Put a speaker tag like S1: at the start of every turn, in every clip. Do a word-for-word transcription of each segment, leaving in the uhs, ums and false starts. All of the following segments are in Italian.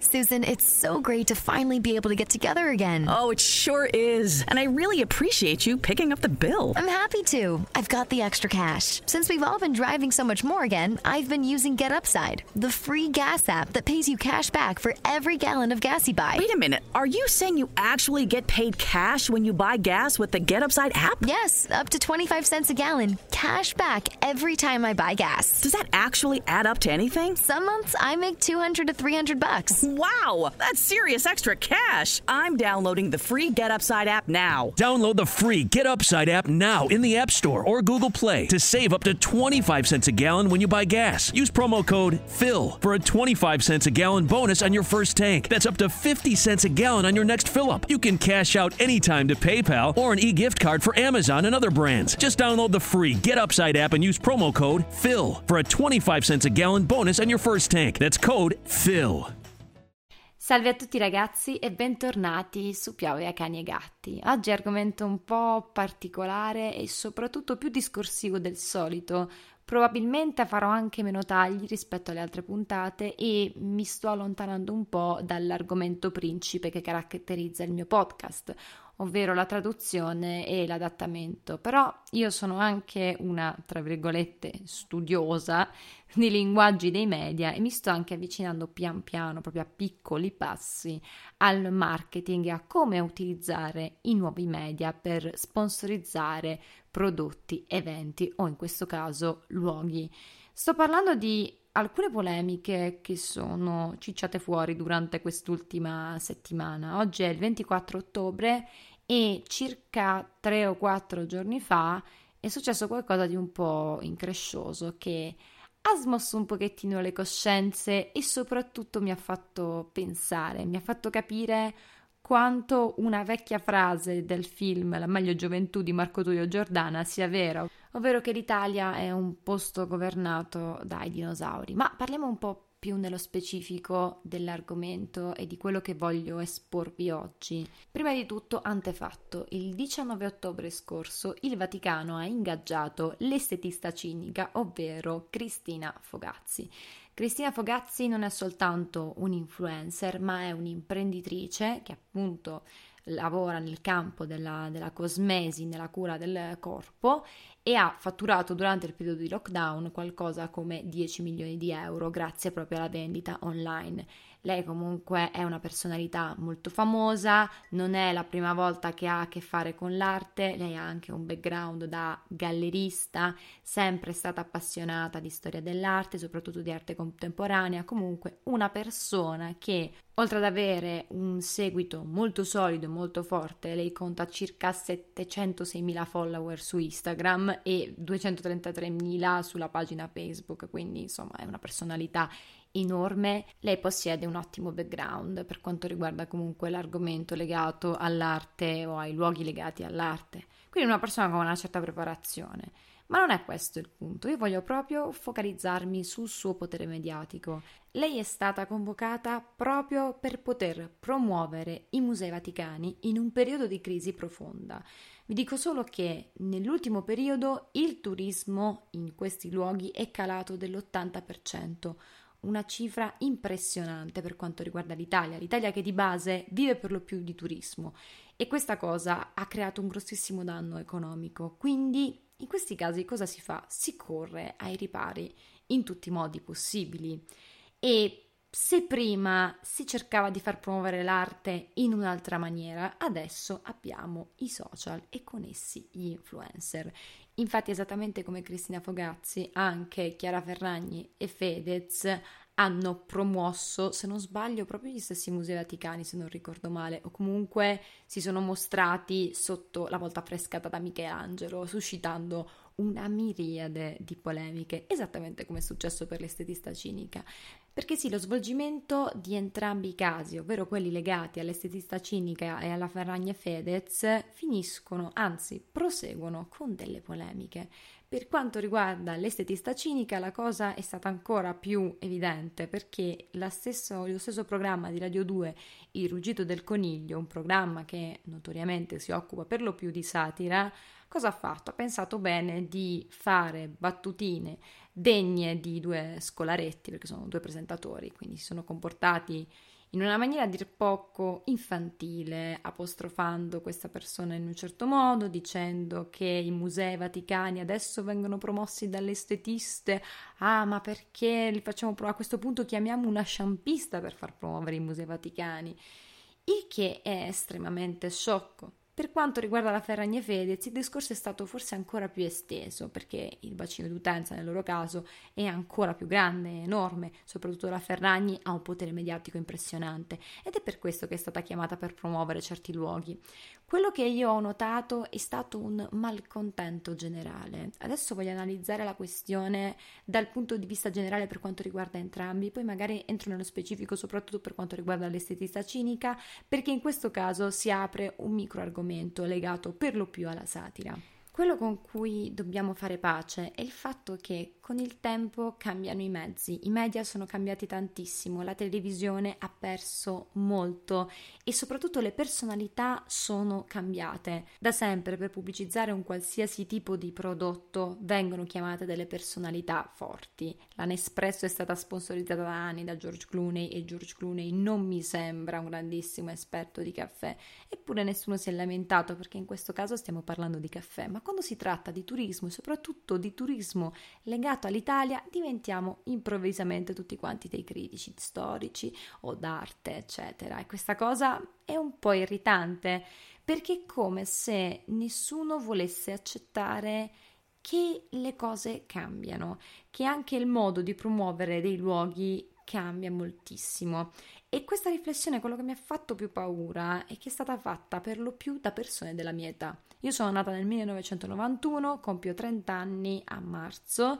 S1: Susan, it's so great to finally be able to get together again.
S2: Oh, it sure is. And I really appreciate you picking up the bill.
S1: I'm happy to. I've got the extra cash. Since we've all been driving so much more again, I've been using GetUpside, the free gas app that pays you cash back for every gallon of gas you buy.
S2: Wait a minute. Are you saying you actually get paid cash when you buy gas with the GetUpside app?
S1: Yes, up to twenty-five cents a gallon. Cash back every time I buy gas.
S2: Does that actually add up to anything?
S1: Some months I make two hundred to three hundred bucks.
S2: Wow, that's serious extra cash. I'm downloading the free GetUpside app now.
S3: Download the free GetUpside app now in the App Store or Google Play to save up to twenty-five cents a gallon when you buy gas. Use promo code PHIL for a twenty-five cents a gallon bonus on your first tank. That's up to fifty cents a gallon on your next fill-up. You can cash out anytime to PayPal or an e-gift card for Amazon and other brands. Just download the free GetUpside app and use promo code PHIL for a twenty-five cents a gallon bonus on your first tank. That's code PHIL.
S4: Salve a tutti ragazzi e bentornati su Piove a Cani e Gatti. Oggi argomento un po' particolare e soprattutto più discorsivo del solito. Probabilmente farò anche meno tagli rispetto alle altre puntate e mi sto allontanando un po' dall'argomento principe che caratterizza il mio podcast, ovvero la traduzione e l'adattamento. Però io sono anche una, tra virgolette, studiosa di linguaggi dei media e mi sto anche avvicinando pian piano, proprio a piccoli passi, al marketing e a come utilizzare i nuovi media per sponsorizzare prodotti, eventi o in questo caso luoghi. Sto parlando di alcune polemiche che sono cicciate fuori durante quest'ultima settimana. Oggi è il ventiquattro ottobre e circa tre o quattro giorni fa è successo qualcosa di un po' increscioso che ha smosso un pochettino le coscienze e soprattutto mi ha fatto pensare, mi ha fatto capire quanto una vecchia frase del film La meglio gioventù di Marco Tullio Giordana sia vera, ovvero che l'Italia è un posto governato dai dinosauri. Ma parliamo un po' più nello specifico dell'argomento e di quello che voglio esporvi oggi. Prima di tutto, antefatto, il diciannove ottobre scorso il Vaticano ha ingaggiato l'estetista cinica, ovvero Cristina Fogazzi. Cristina Fogazzi non è soltanto un influencer, ma è un'imprenditrice che appunto lavora nel campo della, della cosmesi, nella cura del corpo e ha fatturato durante il periodo di lockdown qualcosa come dieci milioni di euro grazie proprio alla vendita online. Lei comunque è una personalità molto famosa, non è la prima volta che ha a che fare con l'arte, lei ha anche un background da gallerista, sempre stata appassionata di storia dell'arte, soprattutto di arte contemporanea, comunque una persona che oltre ad avere un seguito molto solido e molto forte, lei conta circa settecentoseimila follower su Instagram e duecentotrentatremila sulla pagina Facebook, quindi insomma è una personalità enorme. Lei possiede un ottimo background per quanto riguarda comunque l'argomento legato all'arte o ai luoghi legati all'arte, quindi una persona con una certa preparazione. Ma non è questo il punto, io voglio proprio focalizzarmi sul suo potere mediatico. Lei è stata convocata proprio per poter promuovere i musei vaticani in un periodo di crisi profonda. Vi dico solo che nell'ultimo periodo il turismo in questi luoghi è calato dell'ottanta per cento, una cifra impressionante per quanto riguarda l'Italia, l'Italia che di base vive per lo più di turismo e questa cosa ha creato un grossissimo danno economico. Quindi in questi casi cosa si fa? Si corre ai ripari in tutti i modi possibili e se prima si cercava di far promuovere l'arte in un'altra maniera, adesso abbiamo i social e con essi gli influencer. Infatti, esattamente come Cristina Fogazzi, anche Chiara Ferragni e Fedez hanno promosso, se non sbaglio, proprio gli stessi musei vaticani, se non ricordo male, o comunque si sono mostrati sotto la volta frescata da Michelangelo, suscitando una miriade di polemiche, esattamente come è successo per l'estetista cinica. Perché sì, lo svolgimento di entrambi i casi, ovvero quelli legati all'estetista cinica e alla Ferragni e Fedez, finiscono, anzi proseguono con delle polemiche. Per quanto riguarda l'estetista cinica la cosa è stata ancora più evidente perché la stesso, lo stesso programma di Radio due, Il ruggito del coniglio, un programma che notoriamente si occupa per lo più di satira, cosa ha fatto? Ha pensato bene di fare battutine degne di due scolaretti, perché sono due presentatori, quindi si sono comportati in una maniera a dir poco infantile, apostrofando questa persona in un certo modo, dicendo che i musei vaticani adesso vengono promossi dalle estetiste. Ah, ma perché li facciamo pro- a questo punto chiamiamo una sciampista per far promuovere i musei vaticani? Il che è estremamente sciocco. Per quanto riguarda la Ferragni e Fedez, il discorso è stato forse ancora più esteso, perché il bacino d'utenza nel loro caso è ancora più grande, enorme, soprattutto la Ferragni ha un potere mediatico impressionante ed è per questo che è stata chiamata per promuovere certi luoghi. Quello che io ho notato è stato un malcontento generale. Adesso voglio analizzare la questione dal punto di vista generale per quanto riguarda entrambi, poi magari entro nello specifico soprattutto per quanto riguarda l'estetista cinica, perché in questo caso si apre un micro argomento legato per lo più alla satira. Quello con cui dobbiamo fare pace è il fatto che con il tempo cambiano i mezzi, i media sono cambiati tantissimo, la televisione ha perso molto e soprattutto le personalità sono cambiate. Da sempre per pubblicizzare un qualsiasi tipo di prodotto vengono chiamate delle personalità forti. La Nespresso è stata sponsorizzata da anni da George Clooney e George Clooney non mi sembra un grandissimo esperto di caffè, eppure nessuno si è lamentato perché in questo caso stiamo parlando di caffè, ma quando si tratta di turismo e soprattutto di turismo legato all'Italia diventiamo improvvisamente tutti quanti dei critici storici o d'arte eccetera, e questa cosa è un po' irritante perché è come se nessuno volesse accettare che le cose cambiano, che anche il modo di promuovere dei luoghi cambia moltissimo. E questa riflessione, quello che mi ha fatto più paura è che è stata fatta per lo più da persone della mia età. Io sono nata nel millenovecentonovantuno, compio trenta anni a marzo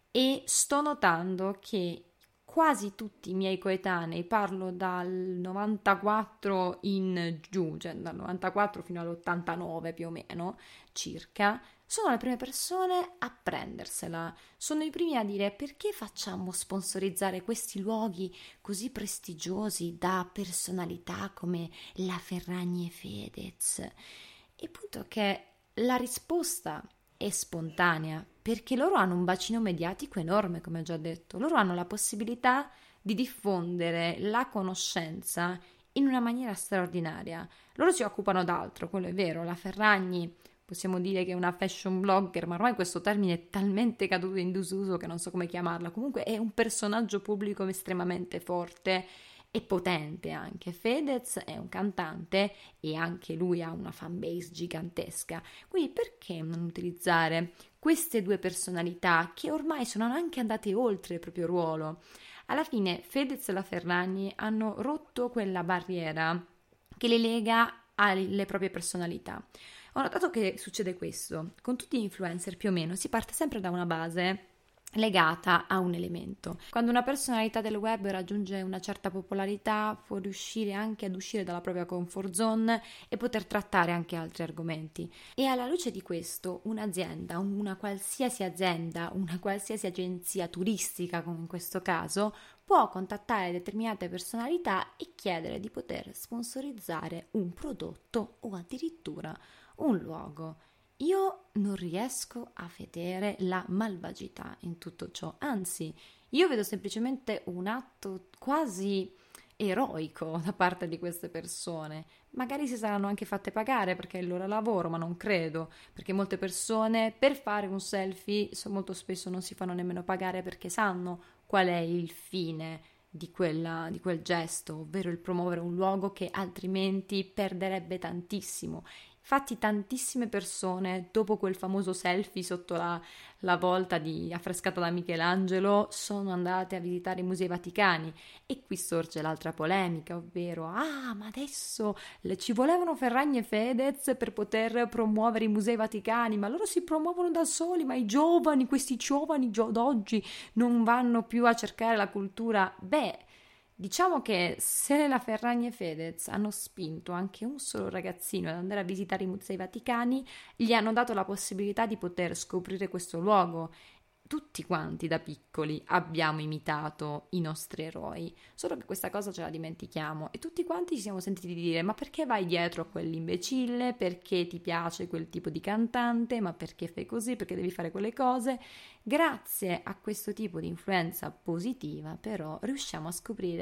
S4: e sto notando che quasi tutti i miei coetanei, parlo dal novantaquattro in giù, cioè dal novantaquattro fino all'ottantanove più o meno, circa, sono le prime persone a prendersela, sono i primi a dire perché facciamo sponsorizzare questi luoghi così prestigiosi da personalità come la Ferragni e Fedez. E il punto è che la risposta è spontanea, perché loro hanno un bacino mediatico enorme, come ho già detto, loro hanno la possibilità di diffondere la conoscenza in una maniera straordinaria. Loro si occupano d'altro, quello è vero, la Ferragni possiamo dire che è una fashion blogger, ma ormai questo termine è talmente caduto in disuso che non so come chiamarla. Comunque è un personaggio pubblico estremamente forte e potente anche. Fedez è un cantante e anche lui ha una fanbase gigantesca. Quindi perché non utilizzare queste due personalità che ormai sono anche andate oltre il proprio ruolo? Alla fine Fedez e la Ferragni hanno rotto quella barriera che le lega alle proprie personalità. Ho notato che succede questo, con tutti gli influencer più o meno si parte sempre da una base legata a un elemento. Quando una personalità del web raggiunge una certa popolarità può riuscire anche ad uscire dalla propria comfort zone e poter trattare anche altri argomenti. E alla luce di questo un'azienda, una qualsiasi azienda, una qualsiasi agenzia turistica come in questo caso può contattare determinate personalità e chiedere di poter sponsorizzare un prodotto o addirittura un luogo. Io non riesco a vedere la malvagità in tutto ciò, anzi, io vedo semplicemente un atto quasi eroico da parte di queste persone. Magari si saranno anche fatte pagare perché è il loro lavoro, ma non credo, perché molte persone per fare un selfie molto spesso non si fanno nemmeno pagare perché sanno qual è il fine di, quella, di quel gesto, ovvero il promuovere un luogo che altrimenti perderebbe tantissimo. Infatti tantissime persone dopo quel famoso selfie sotto la, la volta di, affrescata da Michelangelo sono andate a visitare i musei vaticani e qui sorge l'altra polemica, ovvero ah ma adesso le, ci volevano Ferragni e Fedez per poter promuovere i musei vaticani, ma loro si promuovono da soli, ma i giovani, questi giovani gio- d'oggi non vanno più a cercare la cultura. Beh, diciamo che se la Ferragni e Fedez hanno spinto anche un solo ragazzino ad andare a visitare i musei vaticani, gli hanno dato la possibilità di poter scoprire questo luogo. Tutti quanti da piccoli abbiamo imitato i nostri eroi, solo che questa cosa ce la dimentichiamo e tutti quanti ci siamo sentiti dire ma perché vai dietro a quell'imbecille, perché ti piace quel tipo di cantante, ma perché fai così, perché devi fare quelle cose. Grazie a questo tipo di influenza positiva però riusciamo a scoprire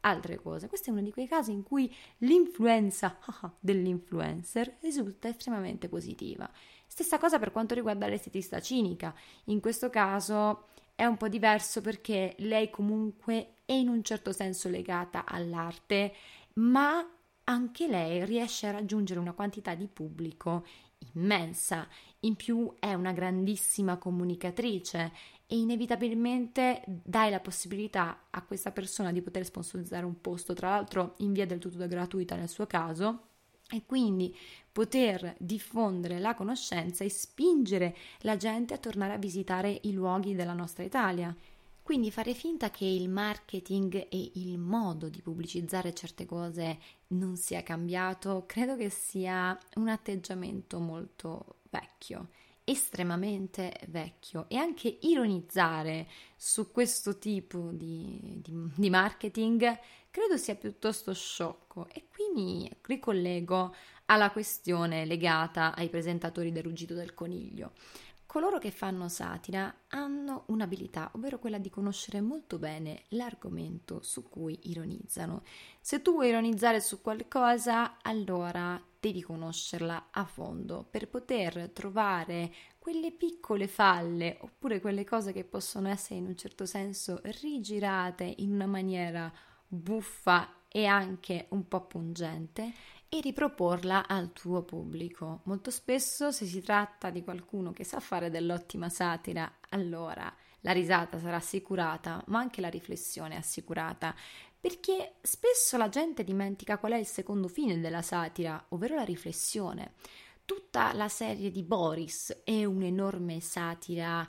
S4: altre cose. Questo è uno di quei casi in cui l'influenza dell'influencer risulta estremamente positiva. Stessa cosa per quanto riguarda l'estetista cinica. In questo caso è un po' diverso perché lei comunque è in un certo senso legata all'arte, ma anche lei riesce a raggiungere una quantità di pubblico immensa. In più è una grandissima comunicatrice e inevitabilmente dai la possibilità a questa persona di poter sponsorizzare un posto, tra l'altro in via del tutto gratuita nel suo caso, e quindi poter diffondere la conoscenza e spingere la gente a tornare a visitare i luoghi della nostra Italia. Quindi fare finta che il marketing e il modo di pubblicizzare certe cose non sia cambiato, credo che sia un atteggiamento molto vecchio, estremamente vecchio, e anche ironizzare su questo tipo di, di, di marketing credo sia piuttosto sciocco. E qui mi ricollego alla questione legata ai presentatori del Ruggito del Coniglio. Coloro che fanno satira hanno un'abilità, ovvero quella di conoscere molto bene l'argomento su cui ironizzano. Se tu vuoi ironizzare su qualcosa, allora devi conoscerla a fondo per poter trovare quelle piccole falle oppure quelle cose che possono essere in un certo senso rigirate in una maniera buffa e anche un po' pungente e riproporla al tuo pubblico. Molto spesso, se si tratta di qualcuno che sa fare dell'ottima satira, allora la risata sarà assicurata, ma anche la riflessione è assicurata, perché spesso la gente dimentica qual è il secondo fine della satira, ovvero la riflessione. Tutta la serie di Boris è un'enorme satira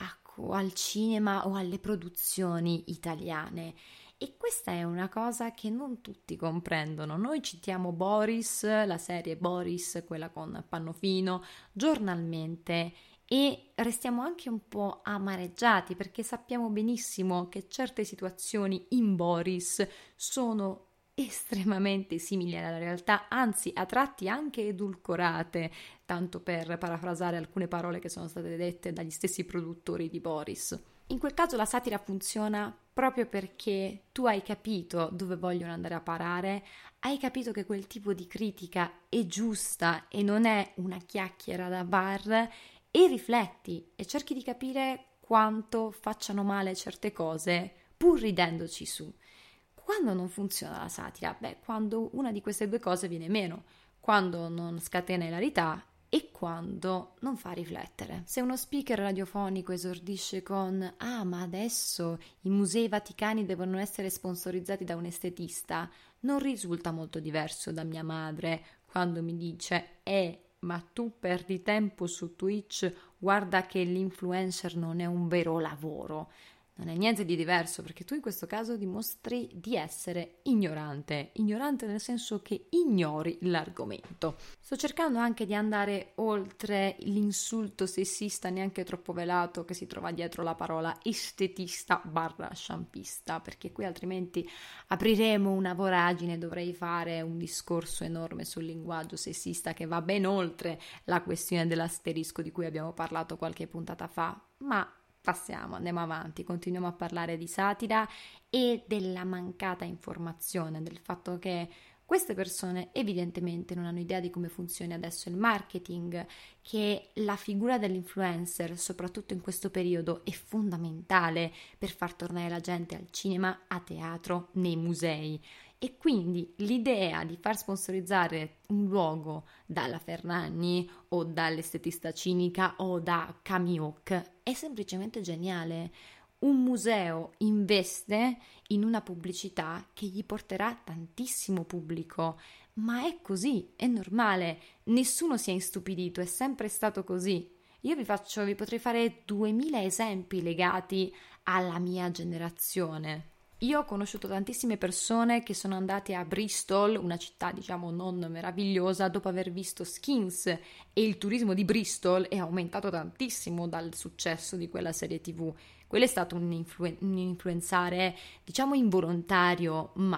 S4: al cinema o alle produzioni italiane. E questa è una cosa che non tutti comprendono. Noi citiamo Boris, la serie Boris, quella con Pannofino, giornalmente e restiamo anche un po' amareggiati perché sappiamo benissimo che certe situazioni in Boris sono estremamente simili alla realtà, anzi a tratti anche edulcorate, tanto per parafrasare alcune parole che sono state dette dagli stessi produttori di Boris. In quel caso la satira funziona proprio perché tu hai capito dove vogliono andare a parare, hai capito che quel tipo di critica è giusta e non è una chiacchiera da bar, e rifletti e cerchi di capire quanto facciano male certe cose pur ridendoci su. Quando non funziona la satira? Beh, quando una di queste due cose viene meno, quando non scatena ilarità e quando non fa riflettere. Se uno speaker radiofonico esordisce con «Ah, ma adesso i musei vaticani devono essere sponsorizzati da un estetista», non risulta molto diverso da mia madre quando mi dice «Eh, ma tu perdi tempo su Twitch, guarda che l'influencer non è un vero lavoro». Non è niente di diverso, perché tu in questo caso dimostri di essere ignorante, ignorante nel senso che ignori l'argomento. Sto cercando anche di andare oltre l'insulto sessista neanche troppo velato che si trova dietro la parola estetista barra sciampista, perché qui altrimenti apriremo una voragine, dovrei fare un discorso enorme sul linguaggio sessista che va ben oltre la questione dell'asterisco di cui abbiamo parlato qualche puntata fa, ma passiamo, andiamo avanti, continuiamo a parlare di satira e della mancata informazione, del fatto che queste persone evidentemente non hanno idea di come funzioni adesso il marketing, che la figura dell'influencer, soprattutto in questo periodo, è fondamentale per far tornare la gente al cinema, a teatro, nei musei. E quindi l'idea di far sponsorizzare un luogo dalla Ferragni o dall'estetista cinica o da Camioc è semplicemente geniale. Un museo investe in una pubblicità che gli porterà tantissimo pubblico, ma è così, è normale, nessuno si è istupidito, è sempre stato così. Io vi faccio, vi potrei fare duemila esempi legati alla mia generazione. Io ho conosciuto tantissime persone che sono andate a Bristol, una città diciamo non meravigliosa, dopo aver visto Skins, e il turismo di Bristol è aumentato tantissimo dal successo di quella serie tivù. Quello è stato un, influ- un influenzare diciamo involontario, ma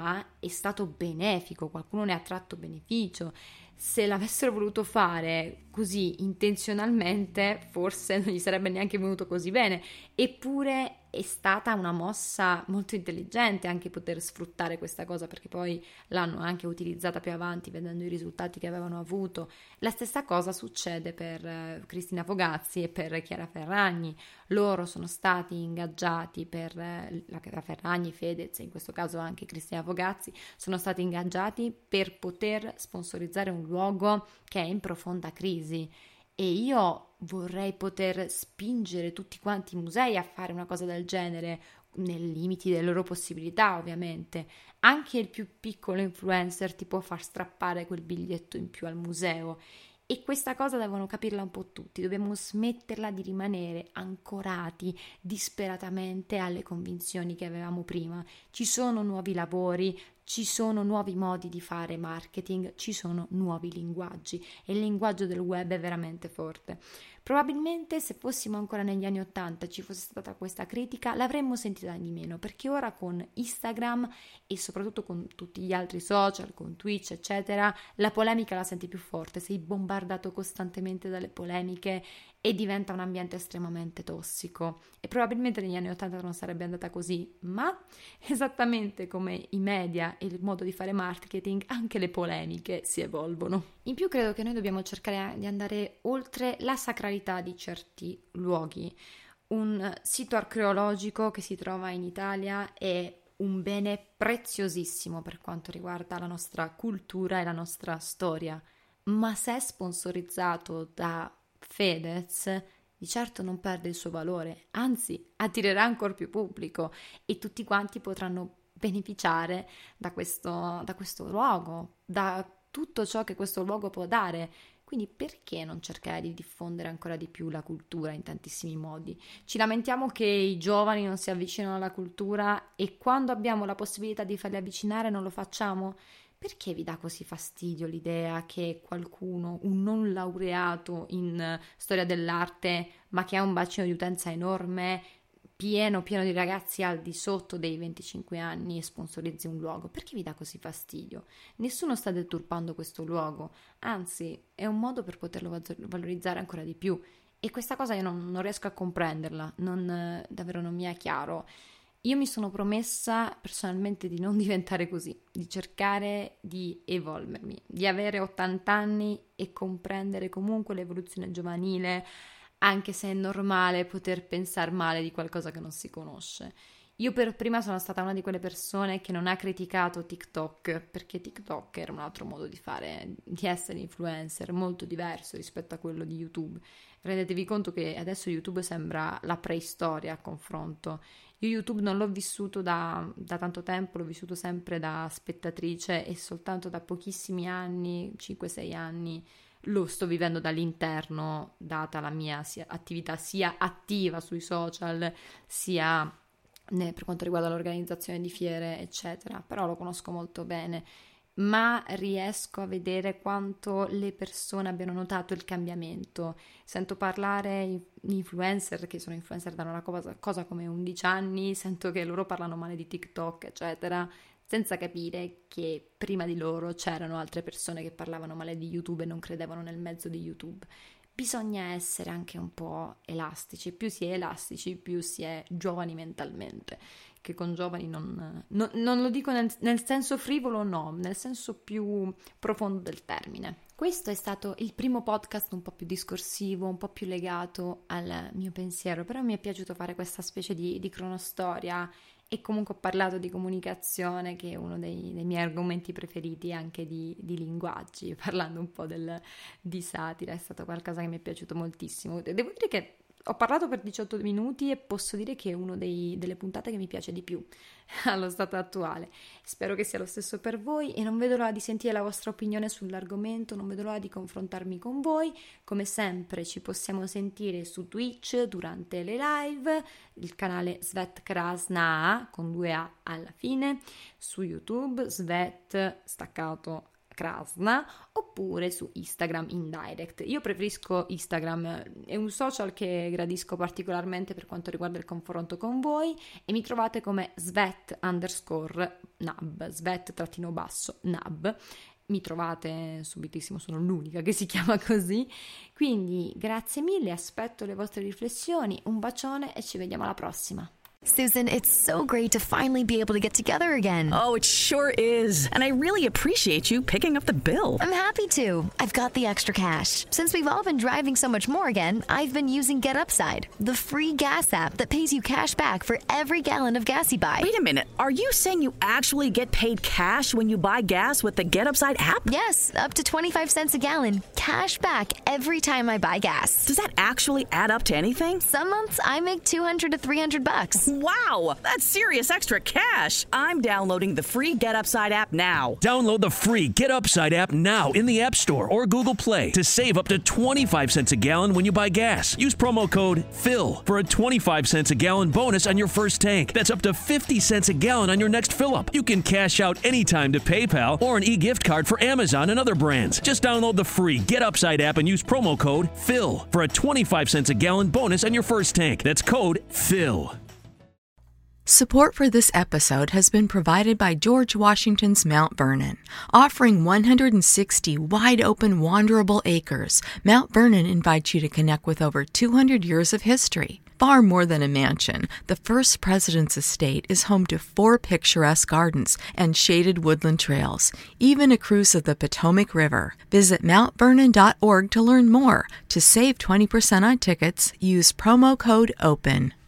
S4: è stato benefico, qualcuno ne ha tratto beneficio. Se l'avessero voluto fare così intenzionalmente, forse non gli sarebbe neanche venuto così bene. Eppure è stata una mossa molto intelligente anche poter sfruttare questa cosa, perché poi l'hanno anche utilizzata più avanti vedendo i risultati che avevano avuto. La stessa cosa succede per eh, Cristina Fogazzi e per Chiara Ferragni. Loro sono stati ingaggiati per eh, la Chiara Ferragni, Fedez, in questo caso anche Cristina Fogazzi, sono stati ingaggiati per poter sponsorizzare un luogo che è in profonda crisi. E io vorrei poter spingere tutti quanti i musei a fare una cosa del genere, nei limiti delle loro possibilità, ovviamente. Anche il più piccolo influencer ti può far strappare quel biglietto in più al museo. E questa cosa devono capirla un po' tutti, dobbiamo smetterla di rimanere ancorati disperatamente alle convinzioni che avevamo prima. Ci sono nuovi lavori, ci sono nuovi modi di fare marketing, ci sono nuovi linguaggi e il linguaggio del web è veramente forte. Probabilmente se fossimo ancora negli anni ottanta e ci fosse stata questa critica l'avremmo sentita di meno, perché ora con Instagram e soprattutto con tutti gli altri social, con Twitch eccetera, la polemica la senti più forte, sei bombardato costantemente dalle polemiche e diventa un ambiente estremamente tossico. E probabilmente negli anni ottanta non sarebbe andata così, ma esattamente come i media e il modo di fare marketing, anche le polemiche si evolvono. In più credo che noi dobbiamo cercare di andare oltre la sacralità di certi luoghi. Un sito archeologico che si trova in Italia è un bene preziosissimo per quanto riguarda la nostra cultura e la nostra storia, ma se è sponsorizzato da Fedez, di certo non perde il suo valore, anzi attirerà ancora più pubblico e tutti quanti potranno beneficiare da questo, da questo luogo, da tutto ciò che questo luogo può dare. Quindi perché non cercare di diffondere ancora di più la cultura in tantissimi modi? Ci lamentiamo che i giovani non si avvicinano alla cultura e quando abbiamo la possibilità di farli avvicinare non lo facciamo? Perché vi dà così fastidio l'idea che qualcuno, un non laureato in storia dell'arte, ma che ha un bacino di utenza enorme, pieno, pieno di ragazzi al di sotto dei venticinque anni e sponsorizzi un luogo? Perché vi dà così fastidio? Nessuno sta deturpando questo luogo, anzi è un modo per poterlo valorizzare ancora di più. E questa cosa io non, non riesco a comprenderla, non, davvero non mi è chiaro. Io mi sono promessa personalmente di non diventare così, di cercare di evolvermi, di avere ottanta anni e comprendere comunque l'evoluzione giovanile, anche se è normale poter pensare male di qualcosa che non si conosce. Io per prima sono stata una di quelle persone che non ha criticato TikTok, perché TikTok era un altro modo di fare, di essere influencer, molto diverso rispetto a quello di YouTube. Rendetevi conto che adesso YouTube sembra la preistoria a confronto. Io YouTube non l'ho vissuto da, da tanto tempo, l'ho vissuto sempre da spettatrice e soltanto da pochissimi anni, cinque sei anni, lo sto vivendo dall'interno, data la mia sia, attività sia attiva sui social, sia né, per quanto riguarda l'organizzazione di fiere, eccetera. Però lo conosco molto bene, ma riesco a vedere quanto le persone abbiano notato il cambiamento. Sento parlare influencer che sono influencer da una cosa, cosa come undici anni, sento che loro parlano male di TikTok, eccetera, senza capire che prima di loro c'erano altre persone che parlavano male di YouTube e non credevano nel mezzo di YouTube. Bisogna essere anche un po' elastici, più si è elastici più si è giovani mentalmente, che con giovani non, non, non lo dico nel, nel senso frivolo, no, nel senso più profondo del termine. Questo è stato il primo podcast un po' più discorsivo, un po' più legato al mio pensiero, però mi è piaciuto fare questa specie di, di cronostoria e comunque ho parlato di comunicazione, che è uno dei, dei miei argomenti preferiti, anche di, di linguaggi, parlando un po' del, di satira, è stato qualcosa che mi è piaciuto moltissimo. Devo dire che ho parlato per diciotto minuti e posso dire che è una delle puntate che mi piace di più allo stato attuale. Spero che sia lo stesso per voi e non vedo l'ora di sentire la vostra opinione sull'argomento, non vedo l'ora di confrontarmi con voi. Come sempre ci possiamo sentire su Twitch durante le live, il canale Svet Krasna con due A alla fine, su YouTube Svet staccato Krasna, oppure oppure su Instagram in direct. Io preferisco Instagram, è un social che gradisco particolarmente per quanto riguarda il confronto con voi, e mi trovate come svet underscore nab, svet trattino basso nab. Mi trovate subitissimo, sono l'unica che si chiama così. Quindi grazie mille, aspetto le vostre riflessioni, un bacione e ci vediamo alla prossima.
S1: Susan, it's so great to finally be able to get together again.
S2: Oh, it sure is. And I really appreciate you picking up the bill.
S1: I'm happy to. I've got the extra cash. Since we've all been driving so much more again, I've been using Get Upside, the free gas app that pays you cash back for every gallon of gas you buy.
S2: Wait a minute. Are you saying you actually get paid cash when you buy gas with the Get Upside app?
S1: Yes, up to twenty-five cents a gallon. Cash back every time I buy gas.
S2: Does that actually add up to anything?
S1: Some months I make two hundred to three hundred bucks.
S2: Wow, that's serious extra cash. I'm downloading the free Get Upside app now.
S3: Download the free Get Upside app now in the App Store or Google Play to save up to twenty-five cents a gallon when you buy gas. Use promo code FILL for a twenty-five cents a gallon bonus on your first tank. That's up to fifty cents a gallon on your next fill-up. You can cash out anytime to PayPal or an e-gift card for Amazon and other brands. Just download the free Get Upside app and use promo code FILL for a twenty-five cents a gallon bonus on your first tank. That's code FILL.
S5: Support for this episode has been provided by George Washington's Mount Vernon. Offering one hundred sixty wide-open, wanderable acres, Mount Vernon invites you to connect with over two hundred years of history. Far more than a mansion, the First President's Estate is home to four picturesque gardens and shaded woodland trails, even a cruise of the Potomac River. Visit mount vernon dot org to learn more. To save twenty percent on tickets, use promo code OPEN.